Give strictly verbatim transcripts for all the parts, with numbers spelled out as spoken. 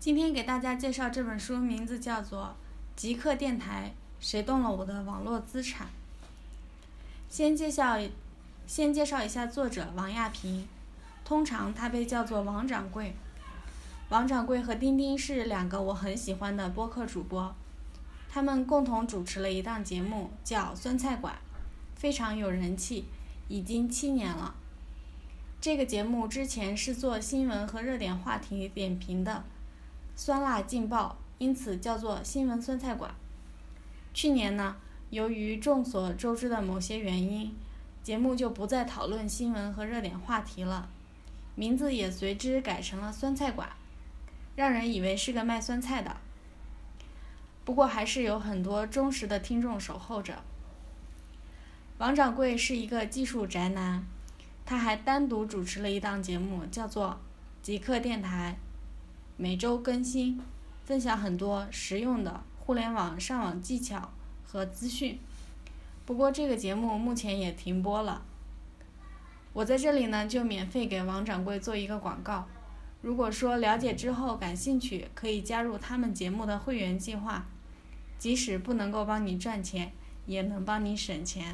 今天给大家介绍这本书，名字叫做《极客电台：谁动了我的网络资产》。先介绍，先介绍一下作者王亚平，通常他被叫做王掌柜。王掌柜和丁丁是两个我很喜欢的播客主播，他们共同主持了一档节目叫酸菜馆，非常有人气，已经七年了。这个节目之前是做新闻和热点话题点评的，酸辣劲爆，因此叫做新闻酸菜馆。去年呢，由于众所周知的某些原因，节目就不再讨论新闻和热点话题了，名字也随之改成了酸菜馆，让人以为是个卖酸菜的。不过还是有很多忠实的听众守候着。王掌柜是一个技术宅男，他还单独主持了一档节目，叫做极客电台，每周更新，分享很多实用的互联网上网技巧和资讯。不过这个节目目前也停播了。我在这里呢，就免费给王掌柜做一个广告。如果说了解之后感兴趣，可以加入他们节目的会员计划，即使不能够帮你赚钱，也能帮你省钱。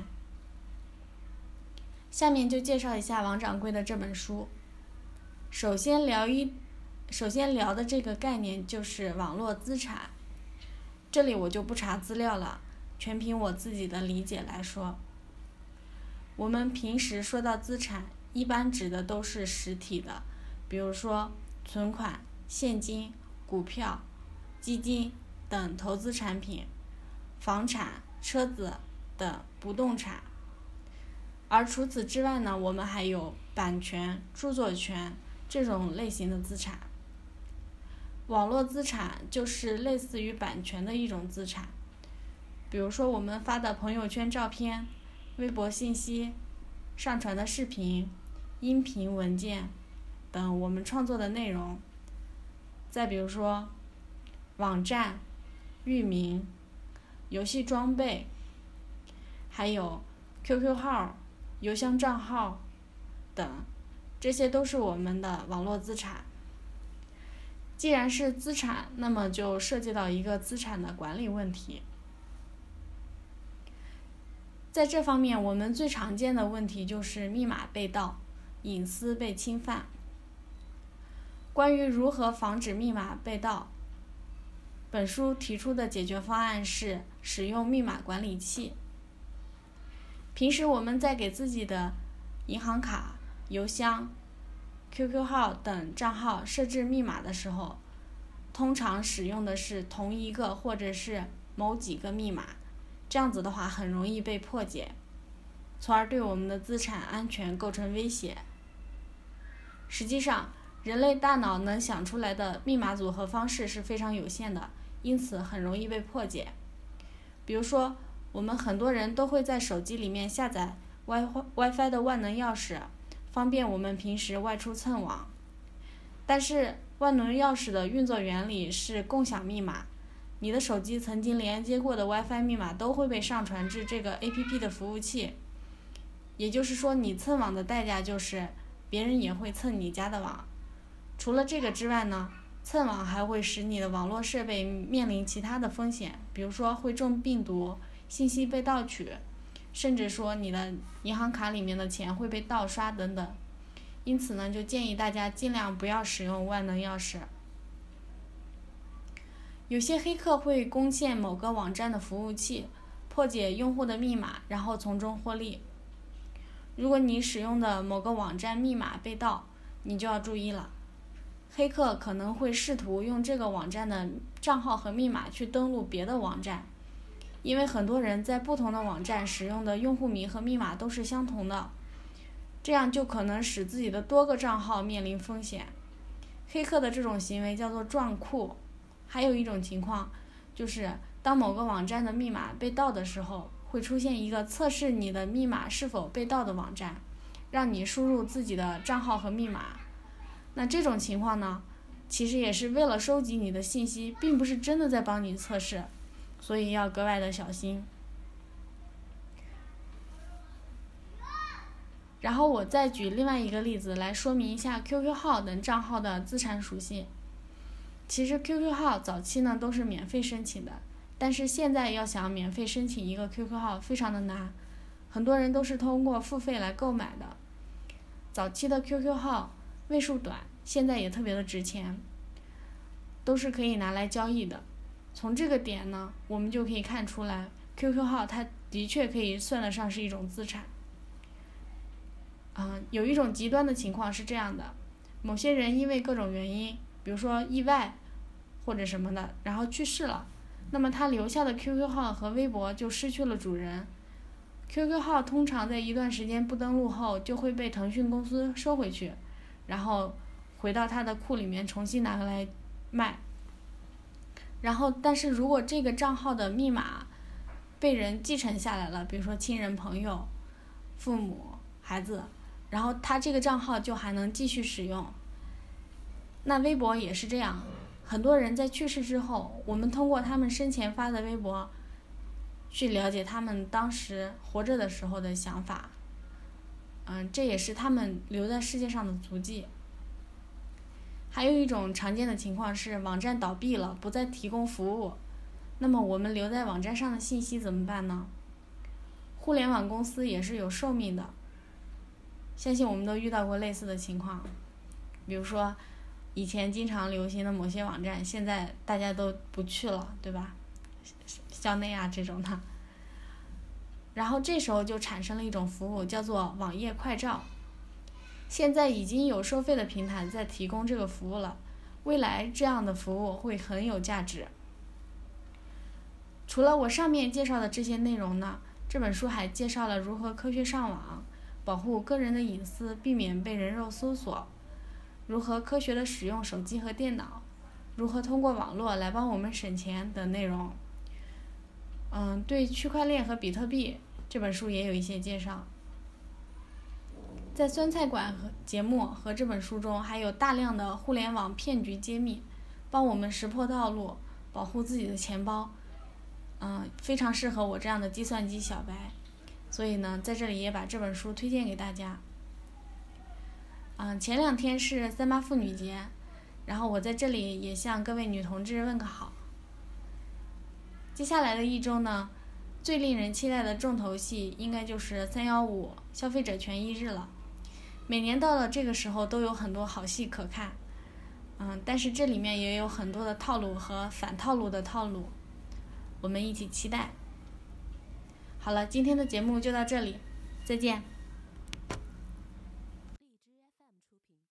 下面就介绍一下王掌柜的这本书。首先聊一，首先聊的这个概念就是网络资产。这里我就不查资料了，全凭我自己的理解来说。我们平时说到资产，一般指的都是实体的，比如说存款、现金、股票、基金等投资产品，房产、车子等不动产。而除此之外呢，我们还有版权、著作权这种类型的资产。网络资产就是类似于版权的一种资产，比如说我们发的朋友圈照片、微博信息、上传的视频、音频文件等我们创作的内容。再比如说网站、域名、游戏装备，还有 Q Q 号、邮箱账号等，这些都是我们的网络资产。既然是资产，那么就涉及到一个资产的管理问题。在这方面，我们最常见的问题就是密码被盗、隐私被侵犯。关于如何防止密码被盗，本书提出的解决方案是使用密码管理器。平时我们在给自己的银行卡、邮箱、Q Q 号等账号设置密码的时候，通常使用的是同一个或者是某几个密码，这样子的话很容易被破解，从而对我们的资产安全构成威胁。实际上，人类大脑能想出来的密码组合方式是非常有限的，因此很容易被破解。比如说，我们很多人都会在手机里面下载 Wi-Fi 的万能钥匙，方便我们平时外出蹭网。但是万能钥匙的运作原理是共享密码，你的手机曾经连接过的 Wi-Fi 密码都会被上传至这个 A P P 的服务器，也就是说你蹭网的代价就是别人也会蹭你家的网。除了这个之外呢，蹭网还会使你的网络设备面临其他的风险，比如说会中病毒、信息被盗取，甚至说你的银行卡里面的钱会被盗刷等等。因此呢，就建议大家尽量不要使用万能钥匙。有些黑客会攻陷某个网站的服务器，破解用户的密码，然后从中获利。如果你使用的某个网站密码被盗，你就要注意了。黑客可能会试图用这个网站的账号和密码去登录别的网站，因为很多人在不同的网站使用的用户名和密码都是相同的，这样就可能使自己的多个账号面临风险。黑客的这种行为叫做撞库。还有一种情况，就是当某个网站的密码被盗的时候，会出现一个测试你的密码是否被盗的网站，让你输入自己的账号和密码。那这种情况呢，其实也是为了收集你的信息，并不是真的在帮你测试，所以要格外的小心。然后我再举另外一个例子来说明一下 Q Q 号等账号的资产属性。 其实 Q Q 号早期呢都是免费申请的，但是现在要想免费申请一个 Q Q 号非常的难，很多人都是通过付费来购买的。早期的 Q Q 号位数短，现在也特别的值钱，都是可以拿来交易的。从这个点呢，我们就可以看出来 Q Q 号它的确可以算得上是一种资产。嗯，有一种极端的情况是这样的，某些人因为各种原因，比如说意外或者什么的，然后去世了，那么他留下的 Q Q 号和微博就失去了主人。Q Q 号通常在一段时间不登录后就会被腾讯公司收回去，然后回到他的库里面重新拿来卖。然后但是如果这个账号的密码被人继承下来了，比如说亲人、朋友、父母、孩子，然后他这个账号就还能继续使用。那微博也是这样，很多人在去世之后，我们通过他们生前发的微博去了解他们当时活着的时候的想法，嗯，这也是他们留在世界上的足迹。还有一种常见的情况是网站倒闭了，不再提供服务，那么我们留在网站上的信息怎么办呢？互联网公司也是有寿命的，相信我们都遇到过类似的情况，比如说以前经常流行的某些网站，现在大家都不去了，对吧？校内啊这种的。然后这时候就产生了一种服务，叫做网页快照。现在已经有收费的平台在提供这个服务了，未来这样的服务会很有价值。除了我上面介绍的这些内容呢，这本书还介绍了如何科学上网，保护个人的隐私，避免被人肉搜索，如何科学的使用手机和电脑，如何通过网络来帮我们省钱等内容。嗯，对区块链和比特币这本书也有一些介绍。在酸菜馆和节目和这本书中，还有大量的互联网骗局揭秘，帮我们识破套路，保护自己的钱包。嗯，非常适合我这样的计算机小白，所以呢，在这里也把这本书推荐给大家。嗯，前两天是三八妇女节，然后我在这里也向各位女同志问个好。接下来的一周呢，最令人期待的重头戏应该就是三一五消费者权益日了。每年到了这个时候都有很多好戏可看，嗯，但是这里面也有很多的套路和反套路的套路，我们一起期待。好了，今天的节目就到这里，再见。